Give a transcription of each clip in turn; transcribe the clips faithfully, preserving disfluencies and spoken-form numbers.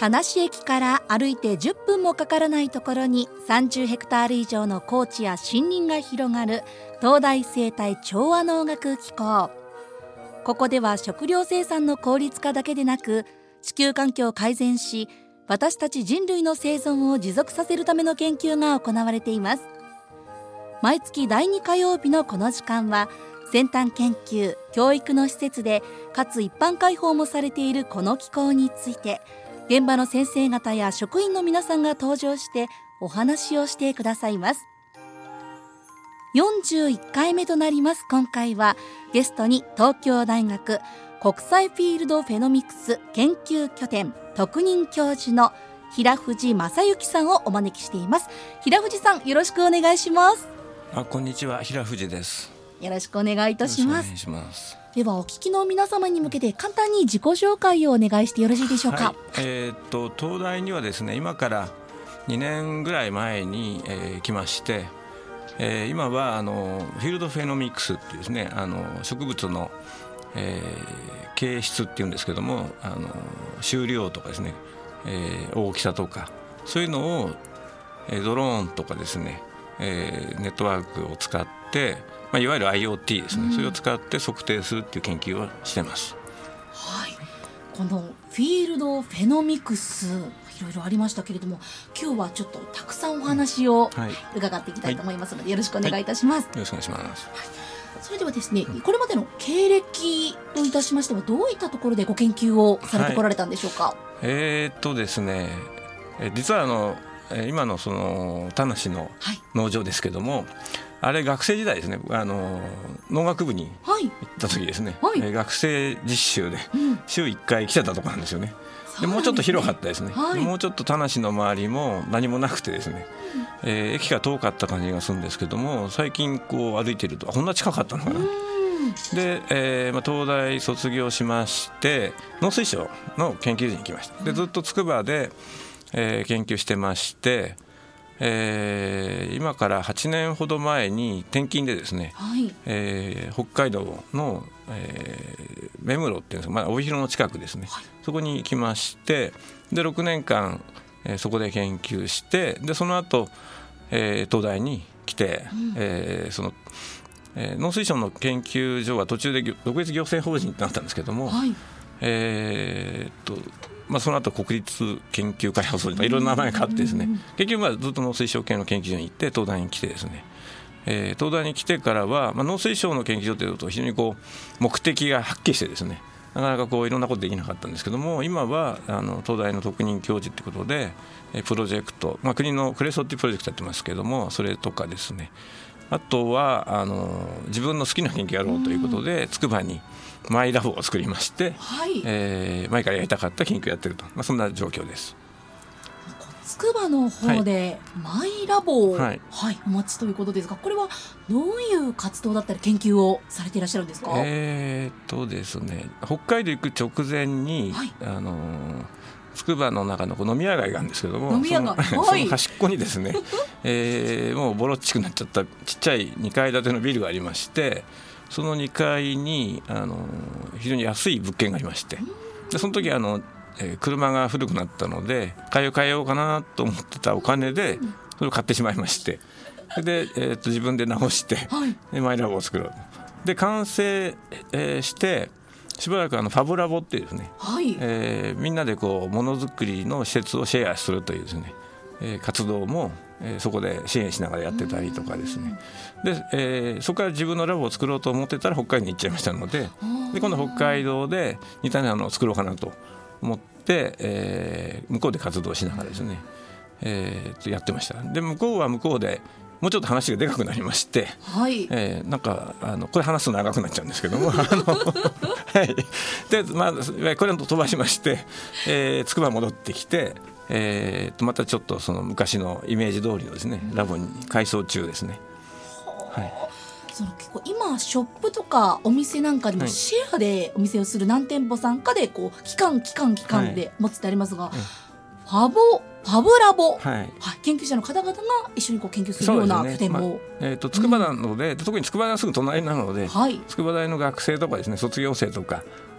話駅から歩いてじゅっぷんもかからないところにさんじゅうヘクタール以上の高地や森林が広がる東大生態調和農学機構。ここでは食料生産の効率化だけでなく、地球環境を改善し、私たち人類の生存を持続させるための研究が行われています。毎月だいに火曜日のこの時間は、先端研究教育の施設でかつ一般開放もされているこの機構について、現場の先生方や職員の皆さんが登場してお話をしてくださいます。よんじゅういっかいめとなります今回は、ゲストに東京大学国際フィールドフェノミクス研究拠点特任教授の平藤正幸さんをお招きしています。平藤さん、よろしくお願いします。 あ、こんにちは、平藤です。 よろしくお願いいたします。 よろしくお願いします。 ではお聞きの皆様に向けて簡単に自己紹介をお願いしてよろしいでしょうか。 はい、えー、っと東大にはですね、今からにねんぐらい前に、えー、来まして、えー、今はあのフィールドフェノミクスっていうですね、あの植物の、えー、形質っていうんですけども、あの収量とかですね、えー、大きさとかそういうのを、えー、ドローンとかですね、えー、ネットワークを使って、まあ、いわゆる IoT ですね、うん、それを使って測定するっていう研究をしてます。 はい、このフィールドフェノミクス、いろいろありましたけれども、今日はちょっとたくさんお話を伺っていきたいと思いますので、はい、よろしくお願いいたします。 はい、よろしくお願いします。 はい、それではですね、これまでの経歴といたしましてはどういったところでご研究をされてこられたんでしょうか。はい、 えー、っとですね、実はあの今のその田無の農場ですけども、はい、あれ学生時代ですね、あの農学部に行った時ですね、はいはい、学生実習で週いっかい来てたところなんですよね。でもうちょっと広かったですね。はい、もうちょっと田無の周りも何もなくてですね、うん、えー、駅が遠かった感じがするんですけども、最近こう歩いているとこんな近かったのかな。で、えーまあ、東大卒業しまして農水省の研究所に行きました。でずっと筑波で、えー、研究してまして、えー、今からはちねんほど前に転勤でですね、はい、えー、北海道の、えー、目室っていうんですか、まあ、帯広の近くですね、はい、そこに行きまして、でろくねんかん、えー、そこで研究して、でその後、えー、東大に来て、うん、えー、その、えー、農水省の研究所は途中で独立行政法人になったんですけども、はい、えー、っとまあ、その後国立研究開発所とかいろんな名前があってですね、結局まあずっと農水省系の研究所に行って東大に来てですね、えー、東大に来てからは、まあ、農水省の研究所というと非常にこう目的がはっきりしてですね、なかなかこういろんなことできなかったんですけども、今はあの東大の特任教授ということでプロジェクト、まあ、国のクレソっていうプロジェクトやってますけども、それとかですね、あとはあの自分の好きな研究やろうということで筑波にマイラボを作りまして、はい、えー、前からやりたかった研究をやっていると、まあ、そんな状況です。 筑波の方でマイラボを、はいはい、お持ちということですが、これはどういう活動だったり研究をされていらっしゃるんですか。 えー、っとですね、北海道行く直前に、はい、あの筑波の中の飲み屋街があるんですけども、 飲み屋街、 その、はい、その端っこにですね、えー、もうボロっちくなっちゃったちっちゃいにかい建てのビルがありまして、そのにかいにあの非常に安い物件がありまして、でその時あの、えー、車が古くなったので買い替えようかなと思ってたお金でそれを買ってしまいまして、それで、えー、と自分で直して、はい、でマイラボを作ろうと。で完成、えー、してしばらくあのファブラボっていうですね、はい、えー、みんなでこうものづくりの施設をシェアするというですね、えー、活動も、えー、そこで支援しながらやってたりとかですね、で、えー、そこから自分のラボを作ろうと思ってたら北海道に行っちゃいましたので、で今度北海道で似たようなのを作ろうかなと思って、えー、向こうで活動しながらですね、えー、やってました。で向こうは向こうでもうちょっと話がでかくなりまして、はい、えー、なんかあのこれ話すと長くなっちゃうんですけどもあの、はい、で、まあ、これを飛ばしまして、えー、筑波戻ってきて、えー、またちょっとその昔のイメージ通りのですねラボに改装中ですね。はい、 その結構今ショップとかお店なんかでもシェアでお店をする何店舗さんかでこう期間期間期間で持つってありますが、はい、ファボファブラボ、はいはい、研究者の方々が一緒にこう研究するような拠点も、ね、まあえー、と筑波なので、うん、特に筑波大はすぐ隣なので、はい、筑波大の学生とかですね卒業生とか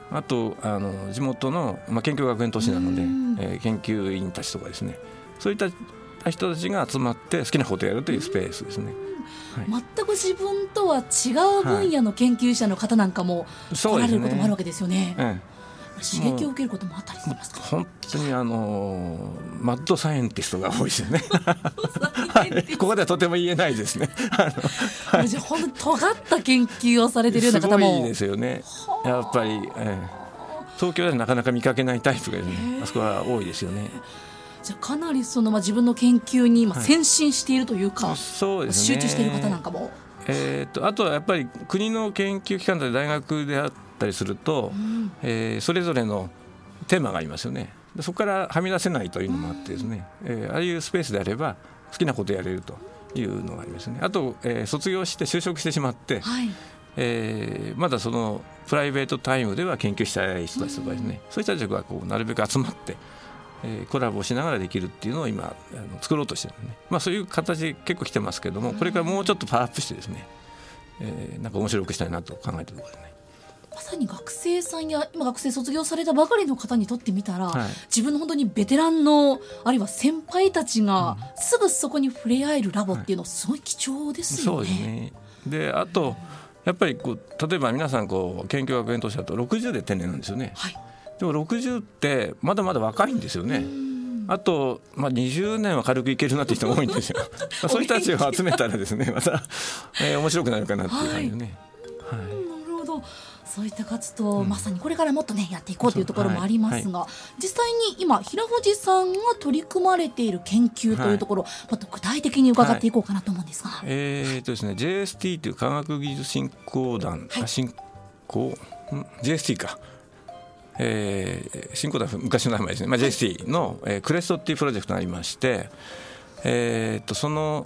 あとあの地元の、まあ、研究学園都市なので、えー、研究員たちとかですね、そういった人たちが集まって好きなことをやるというスペースですね。 はい、全く自分とは違う分野の研究者の方なんかも来られることもあるわけですよね。はい、刺激を受けることもあったりしますか？ 本当にあのマッドサイエンティストが多いですよね。はい、ここではとても言えないですね。 はい、じゃあ本当に尖った研究をされているような方もすごいですよね。やっぱり、えー、東京ではなかなか見かけないタイプがですね、あそこは多いですよね。 じゃあかなりその、まあ、自分の研究にまあ先進しているというか、はい、 そうですね、 集中している方なんかも、 えー、とあとはやっぱり国の研究機関で大学であったりすると、うん、えー、それぞれのテーマがありますよね。でそこからはみ出せないというのもあってですね、うん、えー、ああいうスペースであれば好きなことをやれるというのがありますね。あと、えー、卒業して就職してしまって、はい、えー、まだそのプライベートタイムでは研究したい人たちとかですね、うん、そういう人たちがこうなるべく集まってえー、コラボしながらできるっていうのを今あの作ろうとしてるのね、まあ、そういう形で結構来てますけども、これからもうちょっとパワーアップしてですね、えー、なんか面白くしたいなと考えているところですね。 まさに学生さんや今学生卒業されたばかりの方にとってみたら、はい、自分の本当にベテランのあるいは先輩たちがすぐそこに触れ合えるラボっていうのはすごい貴重ですよね。はい、そうですね。 であとやっぱりこう例えば皆さんこう研究学園としてだとろくじゅうで定年なんですよね。はい、でもろくじゅうってまだまだ若いんですよね。あと、まあ、にじゅうねんは軽くいけるなって人も多いんですよ。そういう人たちを集めたらですねまた、えー、面白くなるかなっていう感じでね。はいはい、なるほど。そういった活動、うん、まさにこれからもっとねやっていこうというところもありますが、はいはい、実際に今平藤さんが取り組まれている研究というところ、はい、もっと具体的に伺っていこうかなと思うんですが、はい、 えーとですね、ジェイエスティー という科学技術振興団、はい、振興 ジェイエスティー か、えー、振興団昔の名前ですね、まあ、ジェイエスティー の、えー、クレストっていうプロジェクトがありまして、えー、とその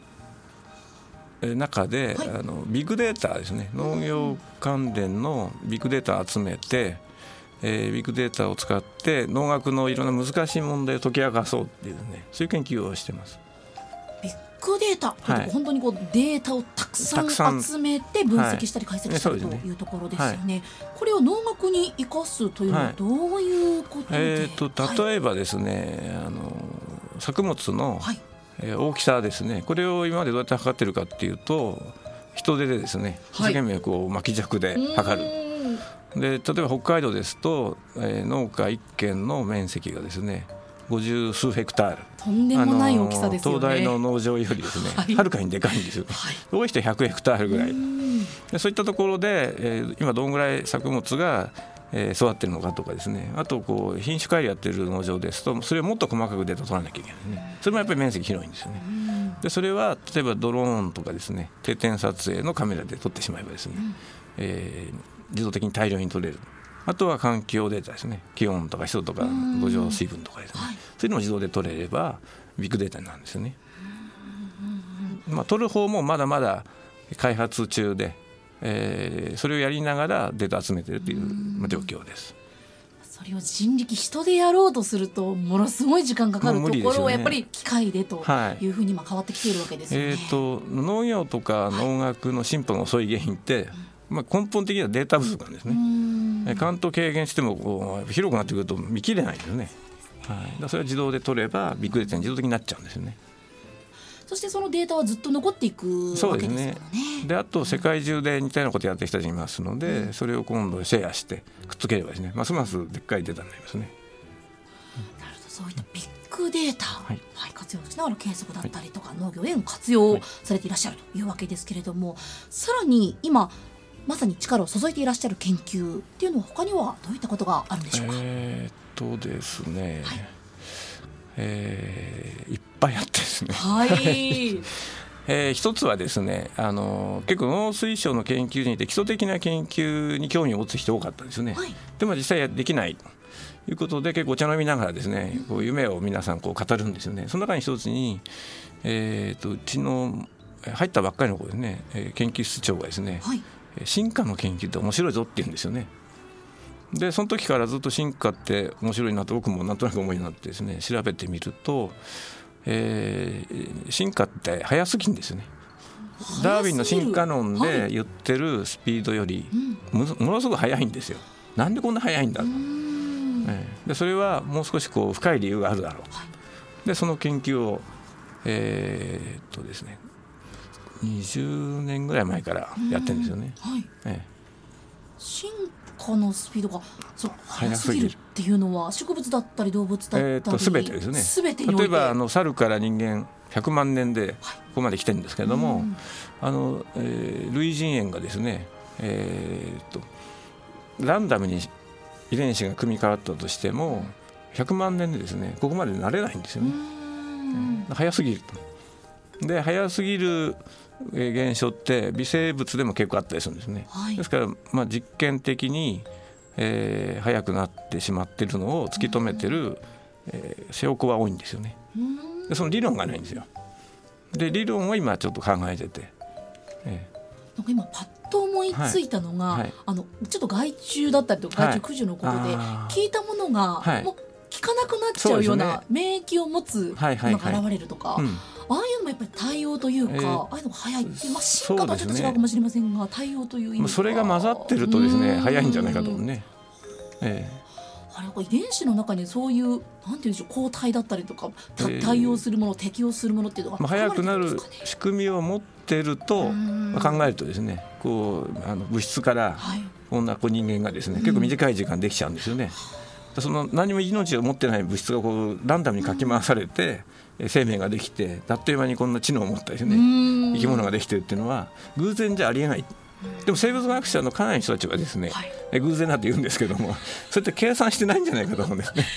中で、はい、あのビッグデータですね、農業関連のビッグデータを集めて、えー、ビッグデータを使って農学のいろんな難しい問題を解き明かそうっていうね、そういう研究をしています。 ビッグデータというと、はい、本当にこうデータをたくさん集めて分析したり解析したり、はい、というところですよね。はい、これを農学に生かすというのはどういうことで、はい、えー、 と例えばですね、はい、あの作物の、はい、大きさですね、これを今までどうやって測ってるかっていうと、人手でですね一生懸命こう巻き尺で測る、はい、で例えば北海道ですと、えー、農家いっけんの面積がですねごじゅうすうヘクタール、 とんでもない大きさですよね。 東大の農場よりですね、はい、はるかにでかいんですよね。はい、多い人はひゃくヘクタールぐらいで、そういったところで、えー、今どんぐらい作物がえー、育ってるのかとかですね、あとこう品種改良やってる農場ですとそれをもっと細かくデータ取らなきゃいけないね。それもやっぱり面積広いんですよね。でそれは例えばドローンとかですね定点撮影のカメラで撮ってしまえばですね、えー、自動的に大量に撮れる。あとは環境データですね、気温とか湿度とか土壌水分とかですね、そういうのも自動で取れればビッグデータになるんですよね。まあ、取る方もまだまだ開発中で、えー、それをやりながらデータ集めているという、まあ、状況です。 それを人力人でやろうとするとものすごい時間かかるところをやっぱり機械でというふうに今変わってきているわけですよね。はい、えー、と農業とか農学の進歩の遅い原因って、まあ、根本的にはデータ不足なんですね。関東軽減してもこう広くなってくると見切れないんですよね。はい、だからそれは自動で取ればビッグデータに自動的になっちゃうんですよね。 そしてそのデータはずっと残っていくわけですからね。 であと世界中で似たようなことやってる人たちいますので、うん、それを今度シェアしてくっつければですね、ますますでっかいデータになりますね。 うん、なるほど。そういったビッグデータ、はいはい、活用しながら計測だったりとか、はい、農業への活用されていらっしゃるというわけですけれども、はい、さらに今まさに力を注いでいらっしゃる研究っていうのは他にはどういったことがあるんでしょうか。 えー、っとですね、はい、えー、いっぱいあってですね、はいえー、一つはですね、あの結構農水省の研究にいて基礎的な研究に興味を持つ人多かったんですよね。はい、でも実際できないということで結構お茶飲みながらですね、こう夢を皆さんこう語るんですよね。その中に一つに、えー、とうちの入ったばっかりの子ですね、研究室長がですね、はい、進化の研究って面白いぞって言うんですよね。でその時からずっと進化って面白いなと僕もなんとなく思いになってですね調べてみると、えー、進化って早すぎんですよね。ダーウィンの進化論で言ってるスピードよりものすごく速いんですよ。 なんでこんな早いんだと、えー、でそれはもう少しこう深い理由があるだろうと、はい、でその研究をえー、っとですねにじゅうねんぐらい前からやってるんですよね、はいええ、 進化のスピードがそう速すぎるっていうのは植物だったり動物だったり、えー、っと全てですね。 全てにおいて例えばあの猿から人間ひゃくまんねんでここまで来てるんですけれども、はい、あのえー、類人猿がですね、えー、っとランダムに遺伝子が組み換わったとしてもひゃくまんねんでですねここまでなれないんですよね。うん、早すぎると。で早すぎる現象って微生物でも結構あったりするんですね、はい、ですから、まあ、実験的に、えー、早くなってしまっているのを突き止めてる、えー、証拠は多いんですよね。でその理論がないんですよ。で理論を今ちょっと考えてて、えー、なんか今パッと思いついたのが、はいはい、あのちょっと害虫だったりとか害虫駆除のことで聞いたものが、はい、もう効かなくなっちゃうような、ね、免疫を持つものが現れるとか、はいはいはいうんああいうのもやっぱり対応というか、えー、ああいうのが早いって、まあ、進化とはちょっと違うかもしれませんが、ね、対応という意味でそれが混ざってるとですね早いんじゃないかと思うね、えー、あれ遺伝子の中にそういうなんていうんでしょう抗体だったりとか、えー、対応するもの適応するものっていうのが、 まあ、早くなる仕組みを持ってると、まあ、考えるとですねこうあの物質からこんなこう人間がですね、はい、結構短い時間できちゃうんですよね。その何も命を持ってない物質がこうランダムにかき回されて、うん、生命ができてあっという間にこんな知能を持ったですね生き物ができているっていうのは偶然じゃありえない。でも生物学者のかなりの人たちはですね、はい、偶然だと言うんですけどもそれって計算してないんじゃないかと思うんですね、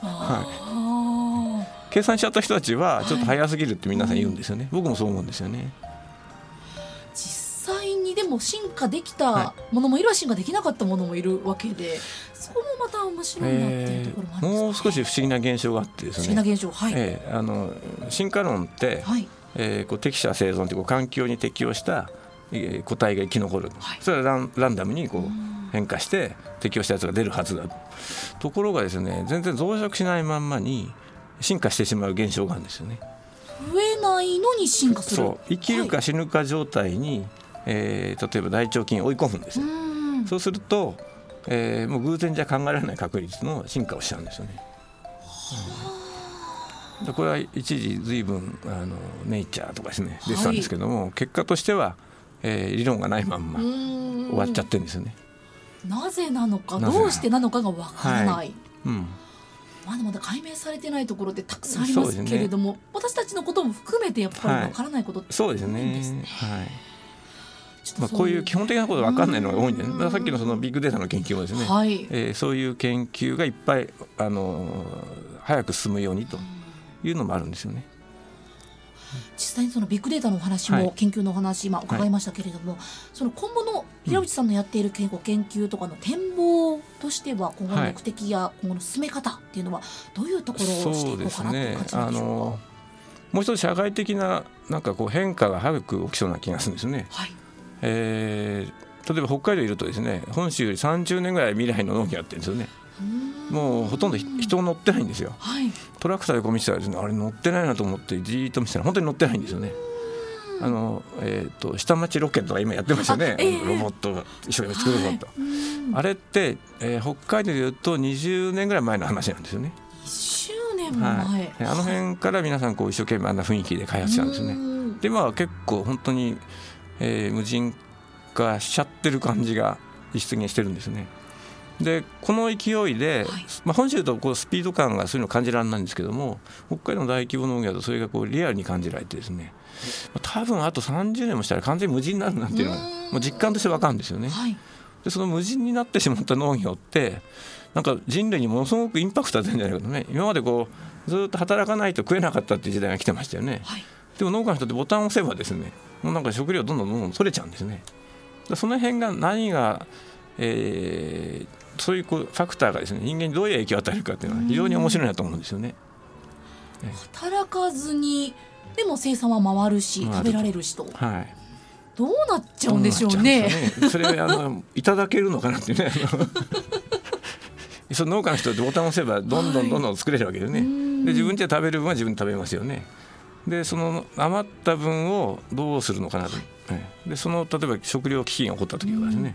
はい、計算しちゃった人たちはちょっと早すぎるって皆さん言うんですよね、はい、僕もそう思うんですよね。 実際にでも進化できたものもいるわ進化できなかったものもいるわけでそこもまた面白いなっていうところもあるんですか、ねえー、もう少し不思議な現象があってですね不思議な現象、はいえー、あの進化論って、はいえー、こう適者生存というこう環境に適応した、えー、個体が生き残る、はい、それはラン、ランダムにこう変化して適応したやつが出るはずだ。ところがですね全然増殖しないまんまに進化してしまう現象があるんですよね。 増えないのに進化する。 そう生きるか死ぬか状態に、はいえー、例えば大腸菌を追い込むんですよ。うそうすると、えー、もう偶然じゃ考えられない確率の進化をしちゃうんですよね、うん、でこれは一時随分あのネイチャーとかですね出てたんですけども、はい、結果としては、えー、理論がないまんま終わっちゃってるんですよね。 なぜなのかどうしてなのかがわからない、はいうんまだまだ解明されてないところってたくさんありますけれども、ね、私たちのことも含めてやっぱりわからないことって多いんですね、はい、そうですね、はいまあ、こういう基本的なことが分かんないのが多いんで、ね、さっきのそのビッグデータの研究もですね、はいえー、そういう研究がいっぱい、あのー、早く進むようにというのもあるんですよね。 実際にそのビッグデータのお話も、はい、研究のお話今伺いましたけれども、はい、その今後の平内さんのやっている研究とかの展望としては今後の目的や今後の進め方っていうのはどういうところをしていこうかなという感じなんでしょうか。もう一つ社会的な、なんかこう変化が早く起きそうな気がするんですね、はいえー、例えば北海道いるとですね本州よりさんじゅうねんぐらい未来の農業やってるんですよね。もうほとんど人乗ってないんですよ、はい、トラクターでこう見てたらですねあれ乗ってないなと思ってじーっと見てたら本当に乗ってないんですよね。あの、えー、と下町ロケットが今やってましたね、えー、ロボットが一生懸命作るぞと、はい、あれって、えー、北海道でいうとにじゅうねんぐらい前の話なんですよね。 にじゅうねんも前、はい、 あの辺から皆さんこう一生懸命あんな雰囲気で開発したんですね。で今は結構本当に、えー、無人化しちゃってる感じが実現してるんですね。でこの勢いで、はいまあ、本州とこうスピード感がそういうの感じられないんですけども北海道の大規模農業だとそれがこうリアルに感じられてですね多分あとさんじゅうねんもしたら完全に無人になるなっていうのはもう実感として分かるんですよね、はい、でその無人になってしまった農業ってなんか人類にものすごくインパクトが出るんじゃないかとね。今までこうずっと働かないと食えなかったっていう時代が来てましたよね、はい、でも農家の人ってボタンを押せばですねもうなんか食料どんどんどんどん取れちゃうんですね。でその辺が何が、えーそういうこうファクターがですね人間にどういう影響を与えるかっていうのは非常に面白いなと思うんですよね。 働かずにでも生産は回るし食べられるしと、はい、どうなっちゃうんでしょうね。 それあのいただけるのかなってねその農家の人ってボタンを押せばどんどんどんどん作れるわけですね、はい、で自分で食べる分は自分で食べますよね。でその余った分をどうするのかなと、はい、でその例えば食料危機が起こった時はですね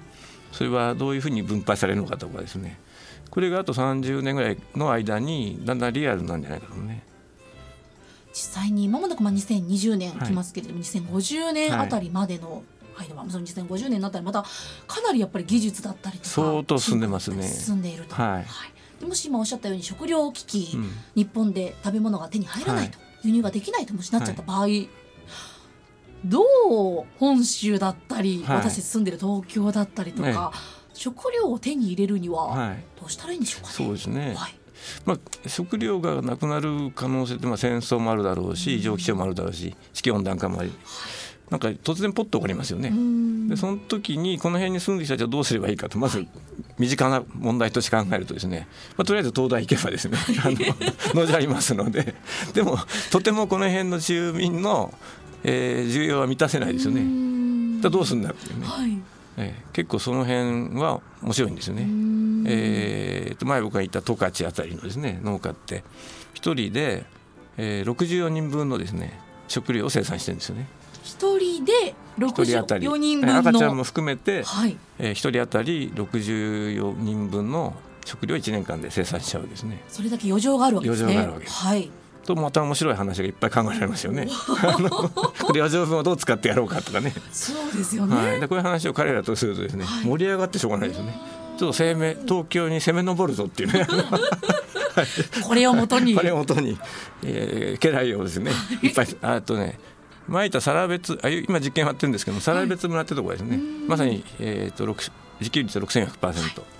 それはどういうふうに分配されるのかとかですね、これがあとさんじゅうねんぐらいの間にだんだんリアルなんじゃないかとね。 実際に間もなくまあにせんにじゅうねん来ますけれども、はい、にせんごじゅうねんあたりまでの間は、はい、そのにせんごじゅうねんになったらまたかなりやっぱり技術だったりとか相当進んでますね。 進んでいると、 はいはい、 でもし今おっしゃったように食糧危機、うん、日本で食べ物が手に入らないと、はい、輸入ができないともしなっちゃった場合、はい、どう本州だったり、はい、私住んでる東京だったりとか、ね、食料を手に入れるにはどうしたらいいんでしょうかね。 そうですね、はい、まあ、食料がなくなる可能性って、まあ、戦争もあるだろうし異常気象もあるだろうし地球温暖化もあり、なんか突然ポッと起こりますよね。でその時にこの辺に住んでる人たちはどうすればいいかと、まず身近な問題として考えるとですね、まあ、とりあえず東大行けばですねあの農場ありますので、でもとてもこの辺の住民の、えー、需要は満たせないですよね。だどうするんだっていうね、はい、えー、結構その辺は面白いんですよね。えー、と前僕が言った十勝あたりのですね農家って一人で、えー、ろくじゅうよにんぶんのですね食料を生産してるんですよね。 一人でろくじゅうよにんぶんの赤ちゃんも含めて、 はい、 えー、一人当たりろくじゅうよにんぶんの食料をいちねんかんで生産しちゃうわけですね。 それだけ余剰があるわけですね。 余剰があるわけです、 はい、 とまた面白い話がいっぱい考えられますよねあのこれ余剰分をどう使ってやろうかとかね。 そうですよね、 はい、でこういう話を彼らとするとですね、はい、盛り上がってしょうがないですよね。ちょっと攻め東京に攻め上るぞっていうねこれをもとにこれをもとに、えー、家来をですねいっぱいあとねまいた更別あ今実験やってるんですけども更別村ってところですね、はい、まさに、えー、と自給率 ろくせんひゃくパーセント、はい、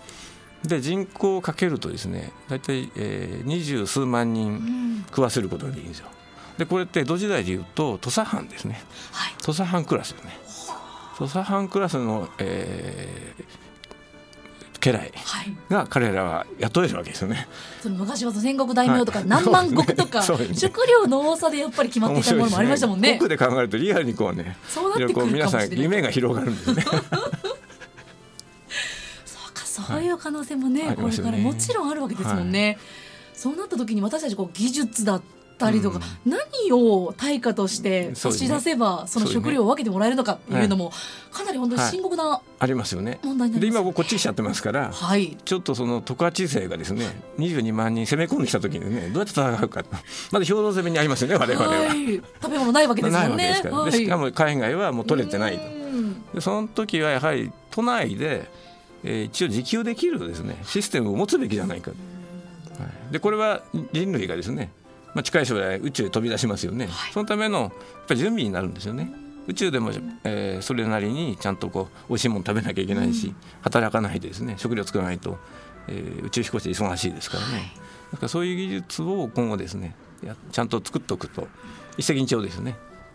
で人口をかけるとですねだいたい二十数万人食わせることができるんですよ。でこれって江戸時代でいうと土佐藩ですね、はい、土佐藩クラスよね。土佐藩クラスの、えー家来が彼らは雇えるわけですよね、はい、 その昔は戦国大名とか何万石とか、はいね、食料の多さでやっぱり決まっていたものもありましたもんね。 奥で考えるとリアルにこうねそうなってくるかもしれない。 皆さん夢が広がるんですねそうかそういう可能性もね、はい、これからもちろんあるわけですもんね、はい、そうなった時に私たちこう技術だったりとか、うん、何を対価として差し出せばその食料を分けてもらえるのかっていうのもかなり本当に深刻な問題になります、 はい、ありますよね。で今こっち来ちゃってますから、はい、ちょっとその十勝勢がですねにじゅうにまんにん攻め込んできた時にねどうやって戦うかまだ兵糧攻めにありますよね我々は、はい、 食べ物ないわけですよね。 ないわけですから、はい、でしかも海外はもう取れてないと。でその時はやはり都内で、えー、一応自給できるですねシステムを持つべきじゃないか、はい、でこれは人類がですねまあ、近い将来宇宙へ飛び出しますよね、はい、そのためのやっぱり準備になるんですよね。宇宙でも、えー、それなりにちゃんとこうおいしいもの食べなきゃいけないし、うん、働かないでですね食料作らないと、えー、宇宙飛行士忙しいですからね、はい、だからそういう技術を今後ですねやちゃんと作っておくと一石二鳥ですよね。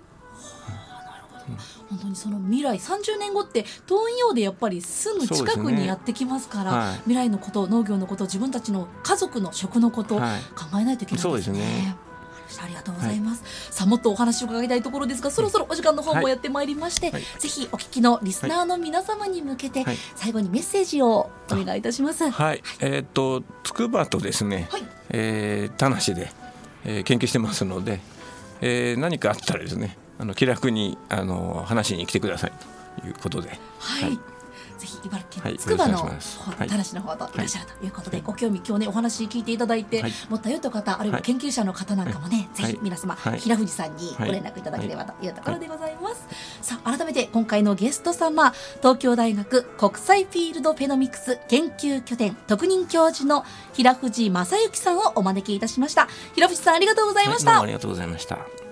本当にその未来さんじゅうねんごって遠いようでやっぱりすぐ近くにやってきますから、ねはい、未来のこと農業のこと自分たちの家族の食のこと、はい、考えないといけないですね。そうですね。ありがとうございます、はい、さあもっとお話を伺いたいところですがそろそろお時間の方もやってまいりまして、はい、ぜひお聞きのリスナーの皆様に向けて、はい、最後にメッセージをお願いいたします。 はい、はい、えー、っと筑波とですね、はい、えー、田無で、えー、研究してますので、えー、何かあったらですねあの気楽にあの話に来てくださいということで、 はいはい、ぜひ茨城県のつくばの方、はい、田無の方といらっしゃるということで、はい、ご興味今日ねお話聞いていただいて、はい、もっとよという方あるいは研究者の方なんかもね、はい、ぜひ皆様、はい、平藤さんにご連絡いただければというところでございます、はい、さあ改めて今回のゲスト様東京大学国際フィールドフェノミクス研究拠点特任教授の平藤正幸さんをお招きいたしました。平藤さんありがとうございました、 はい、どうもありがとうございました。